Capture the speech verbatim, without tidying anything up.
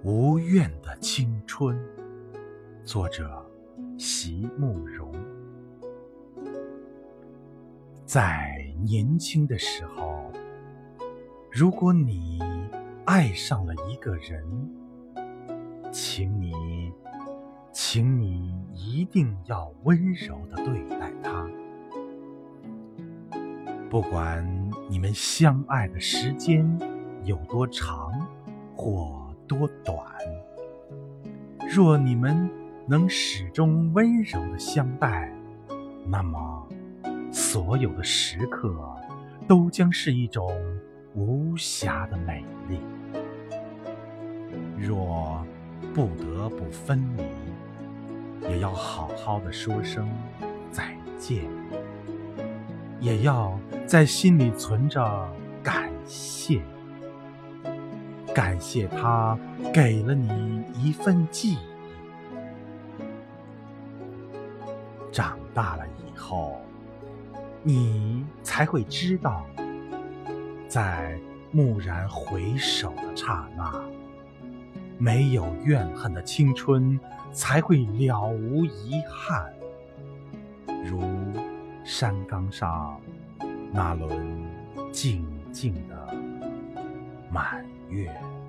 无怨的青春，作者席慕容。在年轻的时候，如果你爱上了一个人，请你，请你一定要温柔地对待他。不管你们相爱的时间有多长或多短，若你们能始终温柔地相待，那么所有的时刻都将是一种无瑕的美丽。若不得不分离，也要好好的说声再见，也要在心里存着感谢，感谢他给了你一份记忆。长大了以后，你才会知道，在蓦然回首的刹那，没有怨恨的青春才会了无遗憾，如山岗上那轮静静的满月。